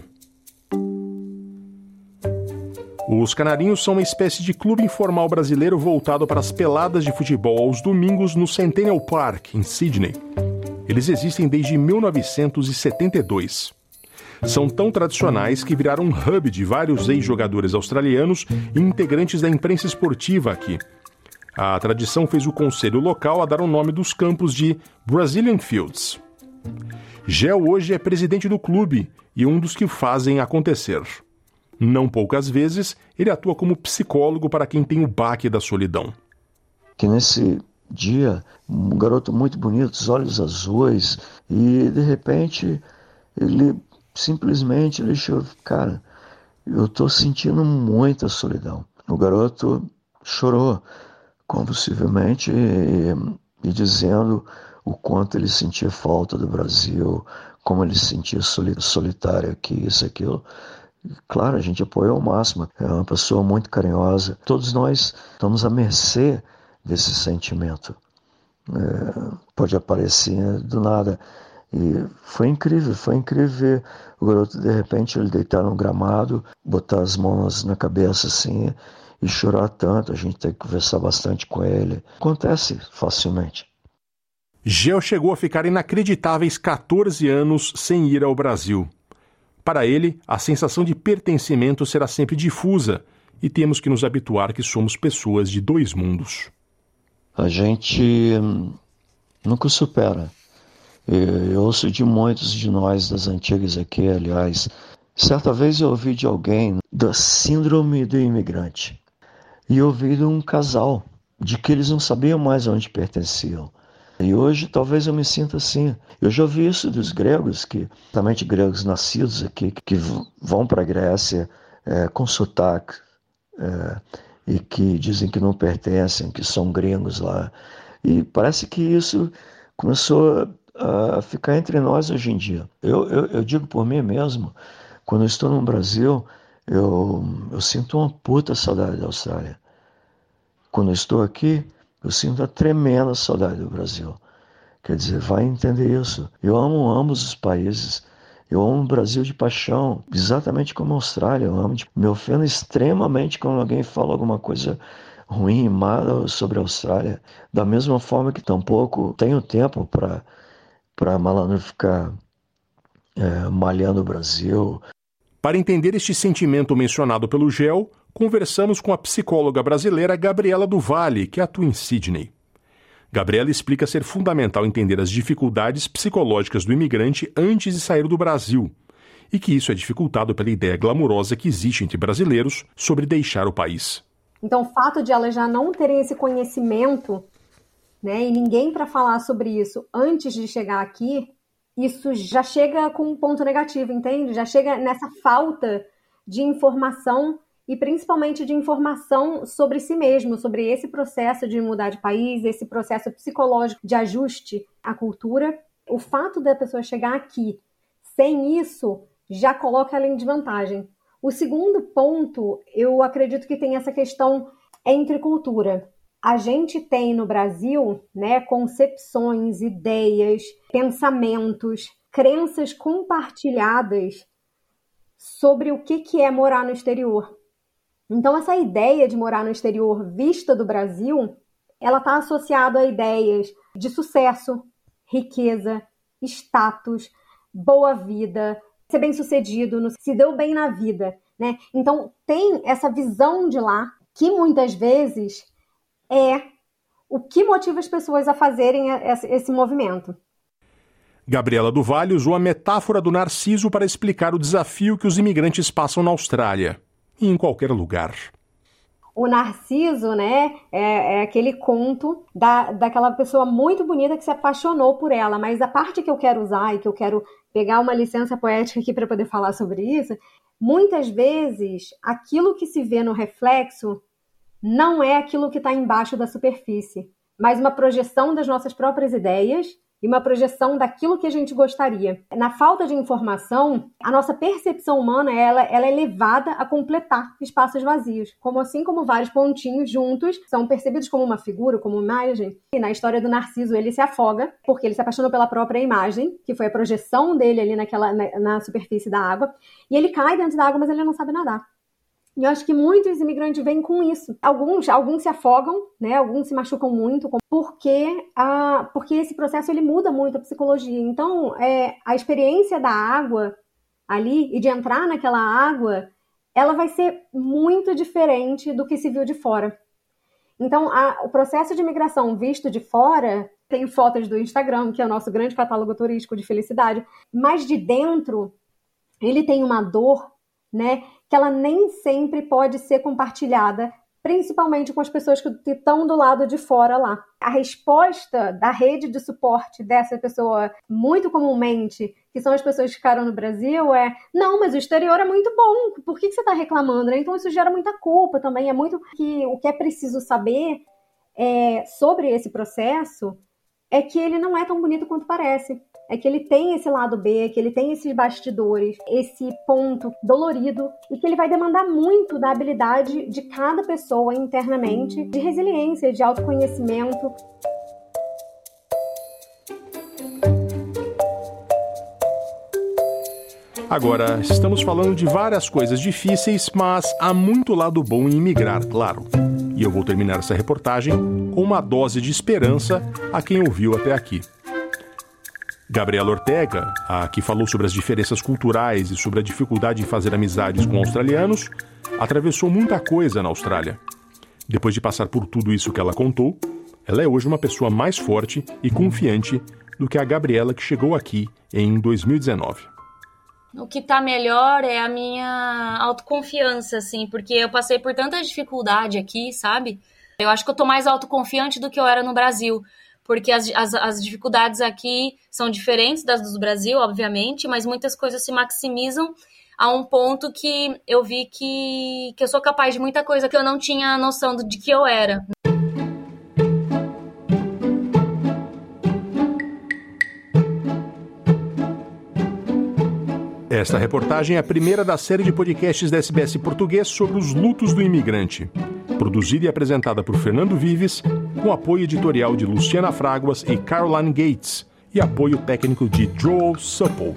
Os Canarinhos são uma espécie de clube informal brasileiro voltado para as peladas de futebol aos domingos no Centennial Park, em Sydney. Eles existem desde mil novecentos e setenta e dois. São tão tradicionais que viraram um hub de vários ex-jogadores australianos e integrantes da imprensa esportiva aqui. A tradição fez o conselho local a dar o nome dos campos de Brazilian Fields. Gel hoje é presidente do clube e um dos que fazem acontecer. Não poucas vezes, ele atua como psicólogo para quem tem o baque da solidão. Que nesse dia, um garoto muito bonito, os olhos azuis, e de repente ele simplesmente ele chorou. Cara, eu estou sentindo muita solidão. O garoto chorou convulsivamente e, e dizendo o quanto ele sentia falta do Brasil, como ele se sentia solitário aqui, isso, aquilo. Claro, a gente apoiou ao máximo. É uma pessoa muito carinhosa. Todos nós estamos à mercê desse sentimento. É, pode aparecer do nada. E foi incrível, foi incrível ver o garoto, de repente, ele deitar no gramado, botar as mãos na cabeça assim e chorar tanto. A gente tem que conversar bastante com ele. Acontece facilmente. Gel chegou a ficar inacreditáveis catorze anos sem ir ao Brasil. Para ele, a sensação de pertencimento será sempre difusa e temos que nos habituar que somos pessoas de dois mundos. A gente nunca supera. Eu ouço de muitos de nós das antigas aqui, aliás. Certa vez eu ouvi de alguém da síndrome do imigrante. E ouvi de um casal, de que eles não sabiam mais onde pertenciam. E hoje talvez eu me sinta assim. Eu já ouvi isso dos gregos, que também gregos nascidos aqui, que vão para a Grécia é, com sotaque é, e que dizem que não pertencem, que são gringos lá. E parece que isso começou a ficar entre nós hoje em dia. Eu, eu, eu digo por mim mesmo, quando eu estou no Brasil, eu, eu sinto uma puta saudade da Austrália. Quando eu estou aqui, eu sinto uma tremenda saudade do Brasil. Quer dizer, vai entender isso. Eu amo ambos os países. Eu amo o Brasil de paixão, exatamente como a Austrália. Eu amo. Me ofendo extremamente quando alguém fala alguma coisa ruim, mal sobre a Austrália. Da mesma forma que tampouco tenho tempo para para malandro ficar é, malhando o Brasil. Para entender este sentimento mencionado pelo Gel, conversamos com a psicóloga brasileira Gabriela do Valle, que atua em Sydney. Gabriela explica ser fundamental entender as dificuldades psicológicas do imigrante antes de sair do Brasil, e que isso é dificultado pela ideia glamurosa que existe entre brasileiros sobre deixar o país. Então, o fato de elas já não terem esse conhecimento, né, e ninguém para falar sobre isso antes de chegar aqui, isso já chega com um ponto negativo, entende? Já chega nessa falta de informação e principalmente de informação sobre si mesmo, sobre esse processo de mudar de país, esse processo psicológico de ajuste à cultura. O fato da pessoa chegar aqui sem isso já coloca ela em desvantagem. O segundo ponto, eu acredito que tem essa questão entre cultura. A gente tem no Brasil, né, concepções, ideias, pensamentos, crenças compartilhadas sobre o que, que é morar no exterior. Então, essa ideia de morar no exterior vista do Brasil, ela está associada a ideias de sucesso, riqueza, status, boa vida, ser bem-sucedido, se deu bem na vida, né? Então, tem essa visão de lá que muitas vezes é o que motiva as pessoas a fazerem esse movimento. Gabriela do Valle usou a metáfora do narciso para explicar o desafio que os imigrantes passam na Austrália e em qualquer lugar. O Narciso, né, é, é aquele conto da, daquela pessoa muito bonita que se apaixonou por ela, mas a parte que eu quero usar e que eu quero pegar uma licença poética aqui para poder falar sobre isso, muitas vezes aquilo que se vê no reflexo não é aquilo que está embaixo da superfície, mas uma projeção das nossas próprias ideias e uma projeção daquilo que a gente gostaria. Na falta de informação, a nossa percepção humana ela, ela é levada a completar espaços vazios, como assim como vários pontinhos juntos são percebidos como uma figura, como uma imagem. E na história do Narciso, ele se afoga porque ele se apaixonou pela própria imagem, que foi a projeção dele ali naquela, na, na superfície da água, e ele cai dentro da água, mas ele não sabe nadar. E eu acho que muitos imigrantes vêm com isso. Alguns, alguns se afogam, né? Alguns se machucam muito, porque, ah, porque esse processo ele muda muito a psicologia. Então, é, a experiência da água ali e de entrar naquela água, ela vai ser muito diferente do que se viu de fora. Então, a, o processo de imigração visto de fora, tem fotos do Instagram, que é o nosso grande catálogo turístico de felicidade, mas de dentro, ele tem uma dor, né, que ela nem sempre pode ser compartilhada, principalmente com as pessoas que estão do lado de fora lá. A resposta da rede de suporte dessa pessoa, muito comumente, que são as pessoas que ficaram no Brasil, é não, mas o exterior é muito bom, por que você está reclamando? Né? Então isso gera muita culpa também, é muito que o que é preciso saber é, sobre esse processo é que ele não é tão bonito quanto parece. É que ele tem esse lado B, que ele tem esses bastidores, esse ponto dolorido e que ele vai demandar muito da habilidade de cada pessoa internamente, de resiliência, de autoconhecimento. Agora, estamos falando de várias coisas difíceis, mas há muito lado bom em imigrar, claro. E eu vou terminar essa reportagem com uma dose de esperança a quem ouviu até aqui. Gabriela Ortega, a que falou sobre as diferenças culturais e sobre a dificuldade em fazer amizades com australianos, atravessou muita coisa na Austrália. Depois de passar por tudo isso que ela contou, ela é hoje uma pessoa mais forte e confiante do que a Gabriela que chegou aqui em dois mil e dezenove. O que tá melhor é a minha autoconfiança, assim, porque eu passei por tanta dificuldade aqui, sabe? Eu acho que eu tô mais autoconfiante do que eu era no Brasil, porque as, as, as dificuldades aqui são diferentes das do Brasil, obviamente, mas muitas coisas se maximizam a um ponto que eu vi que, que eu sou capaz de muita coisa que eu não tinha noção de que eu era. Esta reportagem é a primeira da série de podcasts da S B S Português sobre os lutos do imigrante. Produzida e apresentada por Fernando Vives, com apoio editorial de Luciana Fraguas e Caroline Gates, e apoio técnico de Joel Supple.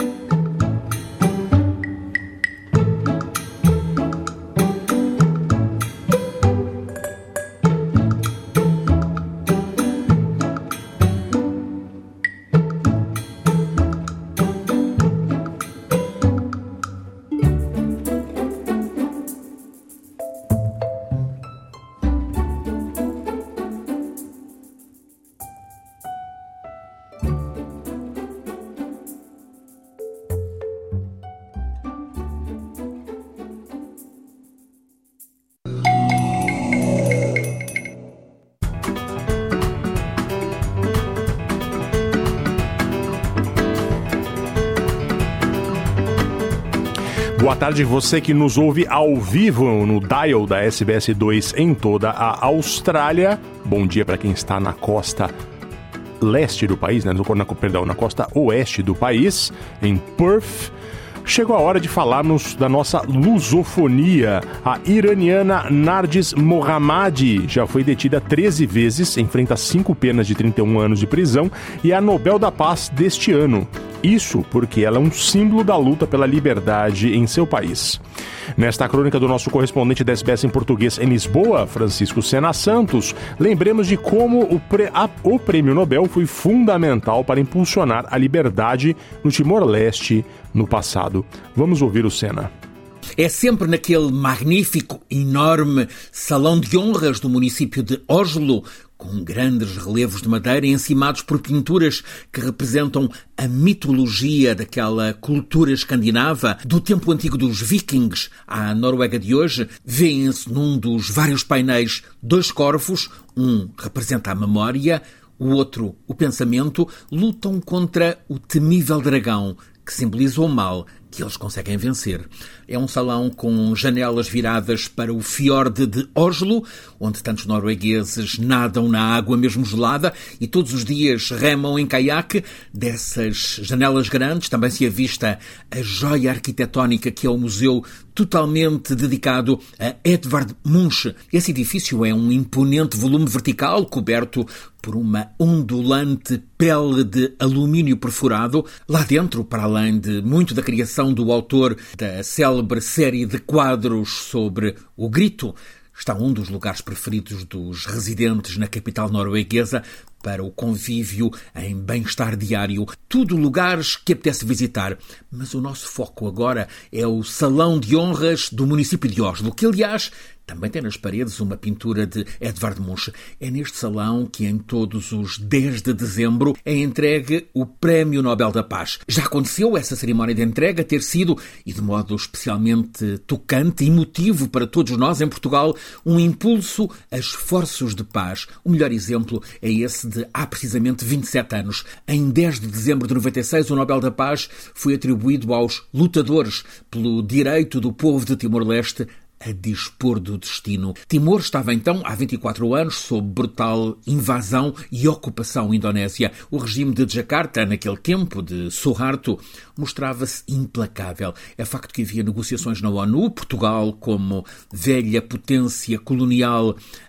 Boa tarde, você que nos ouve ao vivo no dial da S B S dois em toda a Austrália. Bom dia para quem está na costa leste do país, né? na, perdão, na costa oeste do país, em Perth. Chegou a hora de falarmos da nossa lusofonia. A iraniana Narges Mohammadi já foi detida treze vezes, enfrenta cinco penas de trinta e um anos de prisão e é a Nobel da Paz deste ano. Isso porque ela é um símbolo da luta pela liberdade em seu país. Nesta crônica do nosso correspondente da S B S em português em Lisboa, Francisco Sena Santos, lembremos de como o, pre- a- o Prêmio Nobel foi fundamental para impulsionar a liberdade no Timor-Leste no passado. Vamos ouvir o Sena. É sempre naquele magnífico, enorme salão de honras do município de Oslo, com grandes relevos de madeira encimados por pinturas que representam a mitologia daquela cultura escandinava, do tempo antigo dos vikings à Noruega de hoje. Vêem-se num dos vários painéis dois corvos, um representa a memória, o outro o pensamento, lutam contra o temível dragão, que simboliza o mal que eles conseguem vencer. É um salão com janelas viradas para o fiorde de Oslo, onde tantos noruegueses nadam na água mesmo gelada e todos os dias remam em caiaque. Dessas janelas grandes também se avista a joia arquitetónica que é o museu totalmente dedicado a Edvard Munch. Esse edifício é um imponente volume vertical coberto por uma ondulante pele de alumínio perfurado. Lá dentro, para além de muito da criação do autor da célebre série de quadros sobre o grito, está um dos lugares preferidos dos residentes na capital norueguesa para o convívio em bem-estar diário. Tudo lugares que apetece visitar. Mas o nosso foco agora é o Salão de Honras do município de Oslo, que, aliás, também tem nas paredes uma pintura de Edvard Munch. É neste salão que, em todos os dez de dezembro, é entregue o Prémio Nobel da Paz. Já aconteceu essa cerimónia de entrega ter sido, e de modo especialmente tocante e emotivo para todos nós em Portugal, um impulso a esforços de paz. O melhor exemplo é esse de há precisamente vinte e sete anos. Em dez de dezembro de noventa e seis, o Nobel da Paz foi atribuído aos lutadores pelo direito do povo de Timor-Leste a dispor do destino. Timor estava então, há vinte e quatro anos, sob brutal invasão e ocupação indonésia. O regime de Jakarta, naquele tempo de Suharto, mostrava-se implacável. É facto que havia negociações na ONU, Portugal, como velha potência colonial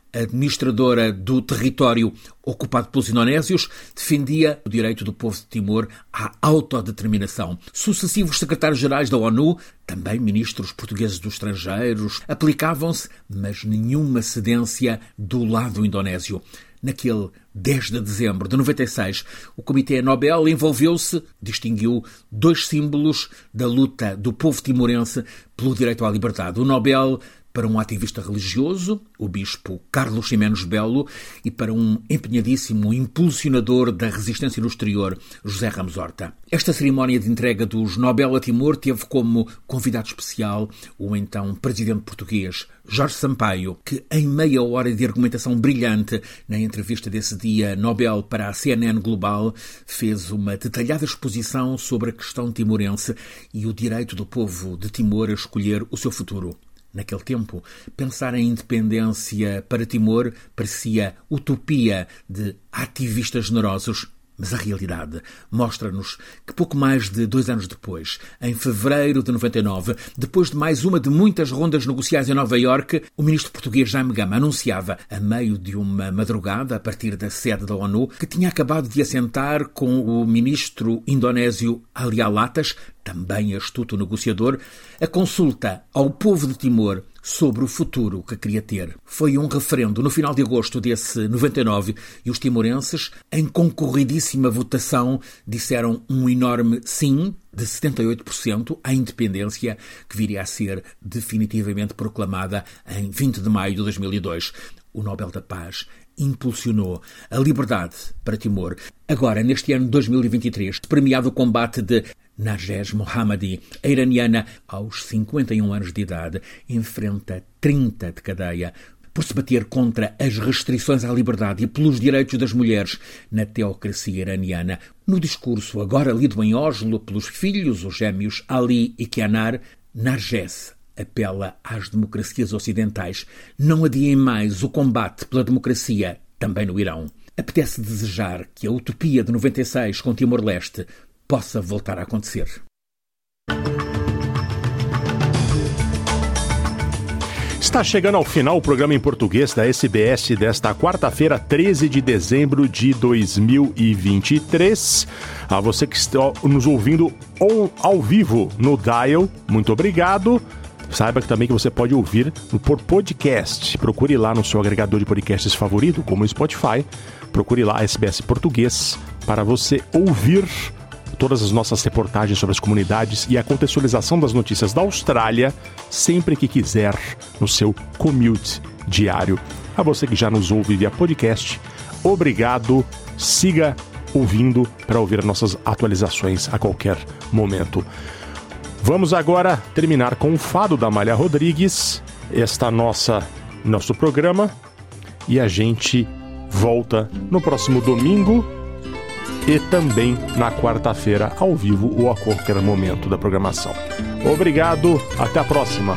administradora do território ocupado pelos indonésios, defendia o direito do povo de Timor à autodeterminação. Sucessivos secretários-gerais da ONU, também ministros portugueses dos estrangeiros, aplicavam-se, mas nenhuma cedência do lado indonésio. Naquele dez de dezembro de noventa e seis, o Comitê Nobel envolveu-se, distinguiu dois símbolos da luta do povo timorense pelo direito à liberdade. O Nobel para um ativista religioso, o bispo Carlos Ximenes Belo, e para um empenhadíssimo impulsionador da resistência no exterior, José Ramos Horta. Esta cerimónia de entrega dos Nobel a Timor teve como convidado especial o então presidente português, Jorge Sampaio, que em meia hora de argumentação brilhante na entrevista desse dia Nobel para a C N N Global, fez uma detalhada exposição sobre a questão timorense e o direito do povo de Timor a escolher o seu futuro. Naquele tempo, pensar em independência para Timor parecia utopia de ativistas generosos, mas a realidade mostra-nos que pouco mais de dois anos depois, em fevereiro de noventa e nove, depois de mais uma de muitas rondas negociais em Nova Iorque, o ministro português Jaime Gama anunciava, a meio de uma madrugada, a partir da sede da ONU, que tinha acabado de assentar com o ministro indonésio Ali Alatas, também astuto negociador, a consulta ao povo de Timor sobre o futuro que queria ter. Foi um referendo no final de agosto desse noventa e nove e os timorenses, em concorridíssima votação, disseram um enorme sim de setenta e oito por cento à independência que viria a ser definitivamente proclamada em vinte de maio de dois mil e dois. O Nobel da Paz impulsionou a liberdade para Timor. Agora, neste ano de dois mil e vinte e três, premiado o combate de Narges Mohammadi, a iraniana, aos cinquenta e um anos de idade, enfrenta trinta de cadeia por se bater contra as restrições à liberdade e pelos direitos das mulheres na teocracia iraniana. No discurso agora lido em Oslo pelos filhos, os gêmeos Ali e Kianar, Narges apela às democracias ocidentais. Não adiem mais o combate pela democracia, também no Irão. Apetece desejar que a utopia de noventa e seis com Timor-Leste possa voltar a acontecer. Está chegando ao final o programa em português da S B S desta quarta-feira, treze de dezembro de dois mil e vinte e três. A você que está nos ouvindo on, ao vivo no Dial, muito obrigado. Saiba também que você pode ouvir por podcast. Procure lá no seu agregador de podcasts favorito, como o Spotify. Procure lá S B S Português para você ouvir todas as nossas reportagens sobre as comunidades e a contextualização das notícias da Austrália sempre que quiser no seu commute diário. A você que já nos ouve via podcast, obrigado. Siga ouvindo para ouvir as nossas atualizações a qualquer momento. Vamos agora terminar com o fado da Amália Rodrigues, esta nossa nosso programa, e a gente volta no próximo domingo e também na quarta-feira ao vivo ou a qualquer momento da programação. Obrigado, até a próxima.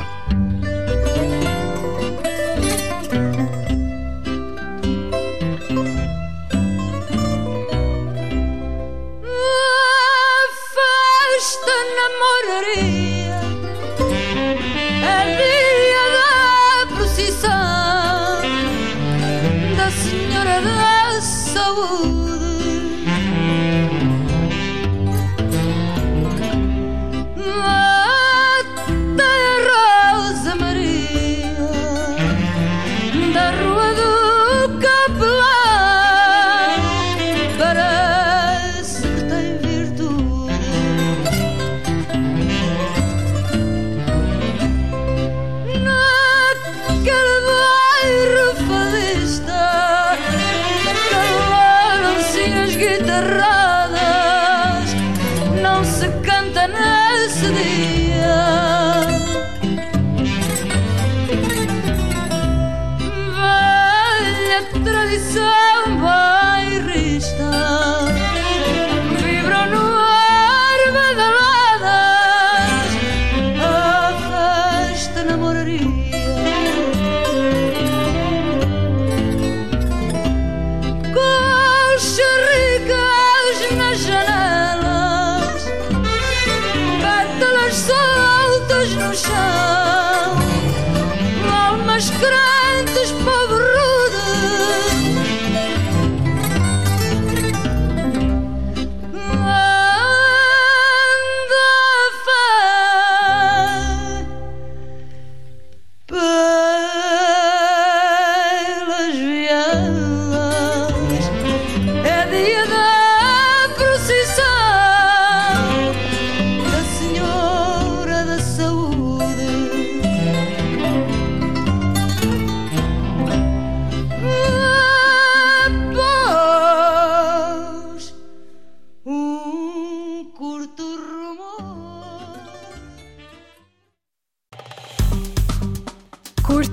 Almas crentes, povo rude.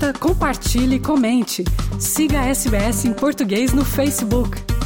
curta, compartilhe e comente. Siga a S B S em Português no Facebook.